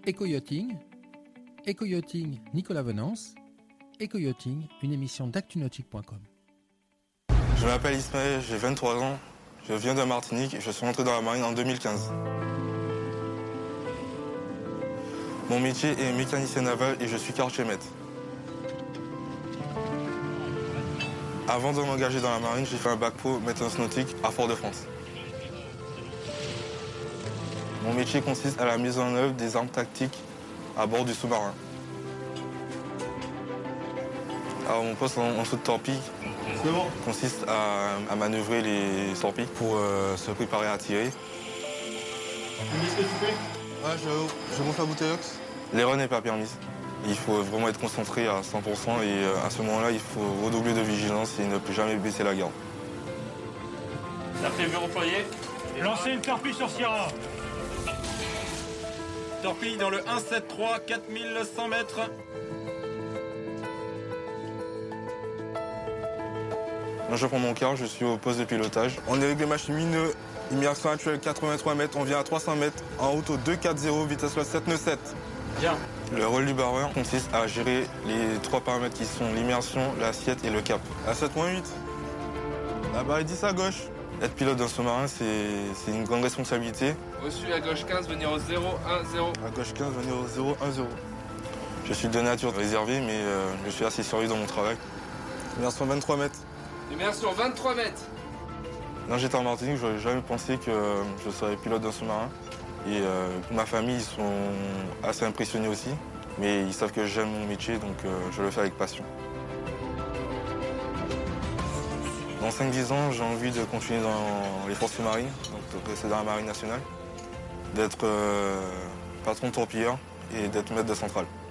Éco-yachting, Éco-yachting Nicolas Venance, Éco-yachting, une émission d'actunautique.com. Je m'appelle Ismaël, j'ai 23 ans, je viens de Martinique et je suis rentré dans la marine en 2015. Mon métier est mécanicien naval et je suis quartier-maître. Avant de m'engager dans la marine, j'ai fait un bac pro maintenance nautique à Fort-de-France. Mon métier consiste à la mise en œuvre des armes tactiques à bord du sous-marin. Alors mon poste en dessous de torpille consiste à manœuvrer les torpilles pour se préparer à tirer. Qu'est-ce que tu fais? Je monte la bouteille. L'erreur n'est pas permise. Il faut vraiment être concentré à 100% et à ce moment-là, il faut redoubler de vigilance et ne plus jamais baisser la garde. T'as prévu employé? Lancez une torpille sur Sierra. Torpille dans le 173, 4100 mètres. Moi, je prends mon quart, je suis au poste de pilotage. On est avec les machines lumineux, immersion actuelle 83 mètres, on vient à 300 mètres, en route au 240, vitesse loi 797. Bien. Le rôle du barreur consiste à gérer les trois paramètres qui sont l'immersion, l'assiette et le cap. À 7.8, la barre est 10 à gauche. Être pilote d'un sous-marin, c'est une grande responsabilité. Reçu à gauche 15, venir au 010. À gauche 15, venir au 010. Je suis de nature réservé, mais je suis assez sérieux dans mon travail. Immersion 23 mètres. Immersion 23 mètres. Quand j'étais en Martinique, je n'aurais jamais pensé que je serais pilote d'un sous-marin. Et ma famille, ils sont assez impressionnés aussi. Mais ils savent que j'aime mon métier, donc je le fais avec passion. Dans 5-10 ans, j'ai envie de continuer dans les forces sous-marines, donc de rester dans la marine nationale, d'être patron de torpilleur et d'être maître de centrale.